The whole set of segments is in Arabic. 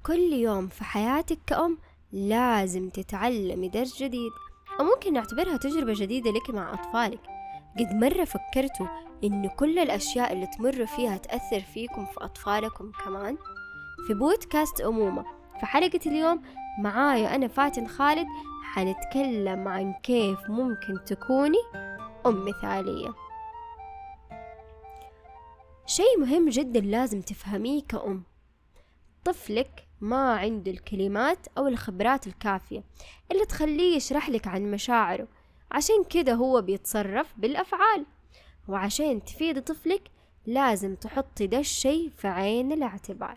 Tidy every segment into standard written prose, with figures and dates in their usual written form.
كل يوم في حياتك كأم لازم تتعلمي درس جديد، أو ممكن نعتبرها تجربة جديدة لك مع أطفالك. قد مرة فكرتوا إن كل الأشياء اللي تمر فيها تأثر فيكم في أطفالكم كمان؟ في بودكاست أمومة في حلقة اليوم معايا أنا فاتن خالد حنتكلم عن كيف ممكن تكوني أم مثالية. شيء مهم جدا لازم تفهميه كأم، طفلك ما عنده الكلمات أو الخبرات الكافية اللي تخليه يشرح لك عن مشاعره، عشان كده هو بيتصرف بالأفعال. وعشان تفيد طفلك لازم تحطي ده الشيء في عين الاعتبار.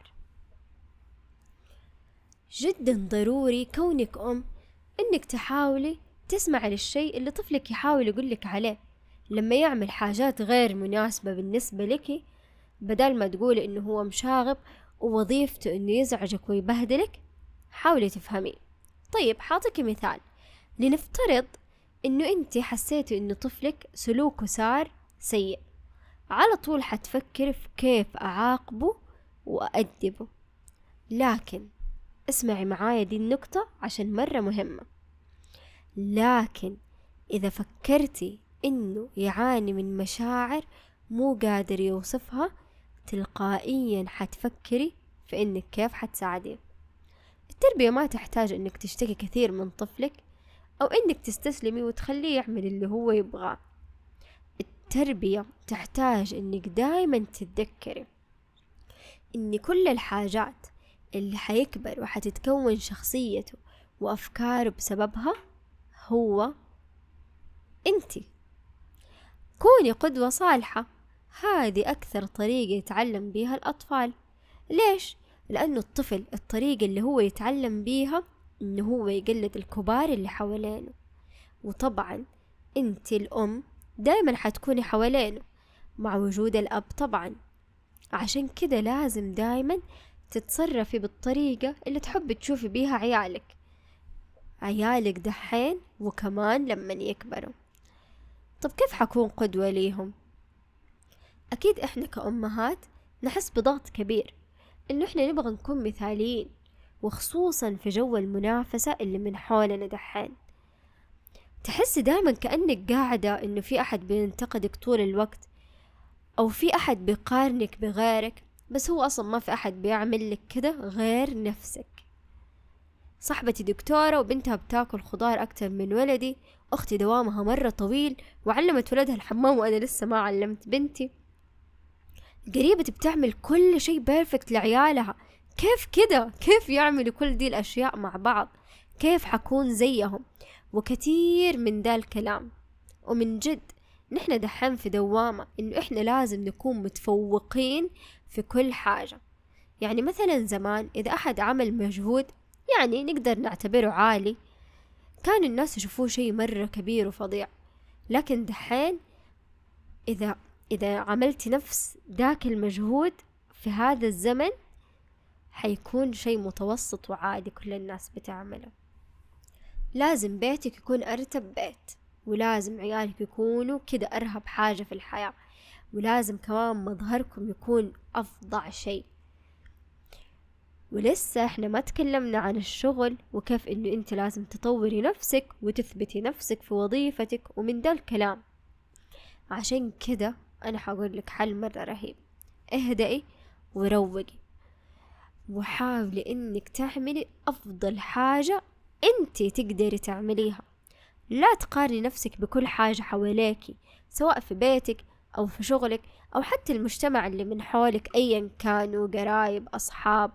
جدا ضروري كونك أم إنك تحاولي تسمع للشيء اللي طفلك يحاول يقولك عليه. لما يعمل حاجات غير مناسبة بالنسبة لك، بدل ما تقولي إنه هو مشاغب ووظيفته إنه يزعجك ويبهدلك، حاولي تفهمي. طيب حاطك مثال، لنفترض إنه أنت حسيتي إنه طفلك سلوكه صار سيء، على طول حتفكر في كيف أعاقبه وأأدبه. لكن اسمعي معايا دي النقطة عشان مرة مهمة، لكن إذا فكرتي إنه يعاني من مشاعر مو قادر يوصفها، تلقائيا حتفكري في إنك كيف حتساعديه. التربية ما تحتاج إنك تشتكي كثير من طفلك أو إنك تستسلمي وتخليه يعمل اللي هو يبغاه. التربية تحتاج إنك دايما تتذكري إن كل الحاجات اللي حيكبر وحتتكون شخصيته وأفكاره بسببها هو أنتي. كوني قدوة صالحة، هذه أكثر طريقة يتعلم بيها الأطفال. ليش؟ لأنه الطفل الطريقة اللي هو يتعلم بيها إنه هو يقلد الكبار اللي حوالينه، وطبعا أنت الأم دايما حتكوني حوالينه مع وجود الأب طبعا. عشان كده لازم دايما تتصرفي بالطريقة اللي تحب تشوفي بيها عيالك دحين وكمان لما يكبروا. طب كيف حكون قدوة ليهم؟ أكيد إحنا كأمهات نحس بضغط كبير إنه إحنا نبغى نكون مثاليين، وخصوصا في جو المنافسة اللي من حولنا دحين. تحسي دايما كأنك قاعدة إنه في أحد بينتقدك طول الوقت، أو في أحد بيقارنك بغيرك، بس هو أصلا ما في أحد بيعمل لك كده غير نفسك. صاحبتي دكتورة وبنتها بتاكل خضار أكتر من ولدي، أختي دوامها مرة طويل وعلمت ولدها الحمام وأنا لسه ما علمت بنتي، قريبتي بتعمل كل شيء بيرفكت لعيالها. كيف كده؟ كيف يعملوا كل دي الأشياء مع بعض؟ كيف حكون زيهم؟ وكثير من ذا الكلام. ومن جد نحن دحين في دوامة إنه إحنا لازم نكون متفوقين في كل حاجة. يعني مثلا زمان إذا أحد عمل مجهود يعني نقدر نعتبره عالي، كان الناس يشوفوه شيء مرة كبير وفظيع. لكن دحين إذا عملتي نفس ذاك المجهود في هذا الزمن، حيكون شيء متوسط وعادي كل الناس بتعمله. لازم بيتك يكون أرتب بيت، ولازم عيالك يكونوا كده أرهب حاجة في الحياة، ولازم كمان مظهركم يكون أفظع شيء. ولسه احنا ما تكلمنا عن الشغل وكيف انه انت لازم تطوري نفسك وتثبتي نفسك في وظيفتك ومن ده الكلام. عشان كده انا حقول لك حل مرة رهيب، اهدئي وروقي، وحاولي انك تعملي افضل حاجة انت تقدري تعمليها. لا تقارني نفسك بكل حاجة حواليكي، سواء في بيتك او في شغلك او حتى المجتمع اللي من حولك ايا كانوا، قرايب، اصحاب.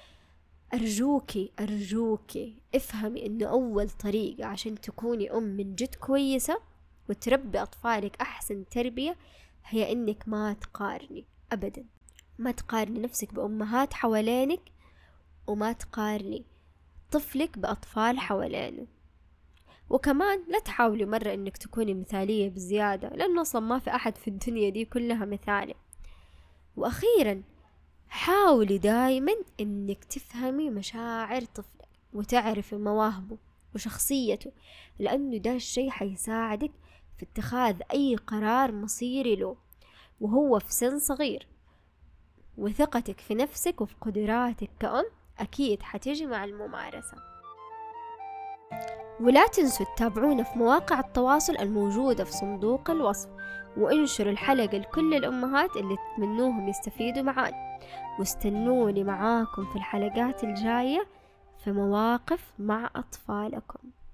أرجوكي افهمي إنه أول طريقة عشان تكوني أم من جد كويسة وتربي أطفالك أحسن تربية هي إنك ما تقارني أبدا. ما تقارني نفسك بأمهات حوالينك، وما تقارني طفلك بأطفال حوالينه. وكمان لا تحاولي مرة إنك تكوني مثالية بزيادة، لأنه أصلا ما في أحد في الدنيا دي كلها مثالي. وأخيرا حاولي دايما انك تفهمي مشاعر طفلك وتعرفي مواهبه وشخصيته، لانه ده الشيء حيساعدك في اتخاذ اي قرار مصيري له وهو في سن صغير. وثقتك في نفسك وفي قدراتك كأم أكيد حتيجي مع الممارسة. ولا تنسوا تتابعونا في مواقع التواصل الموجودة في صندوق الوصف، وانشروا الحلقة لكل الأمهات اللي تتمنوهم يستفيدوا معانا، واستنوني معاكم في الحلقات الجاية في مواقف مع أطفالكم.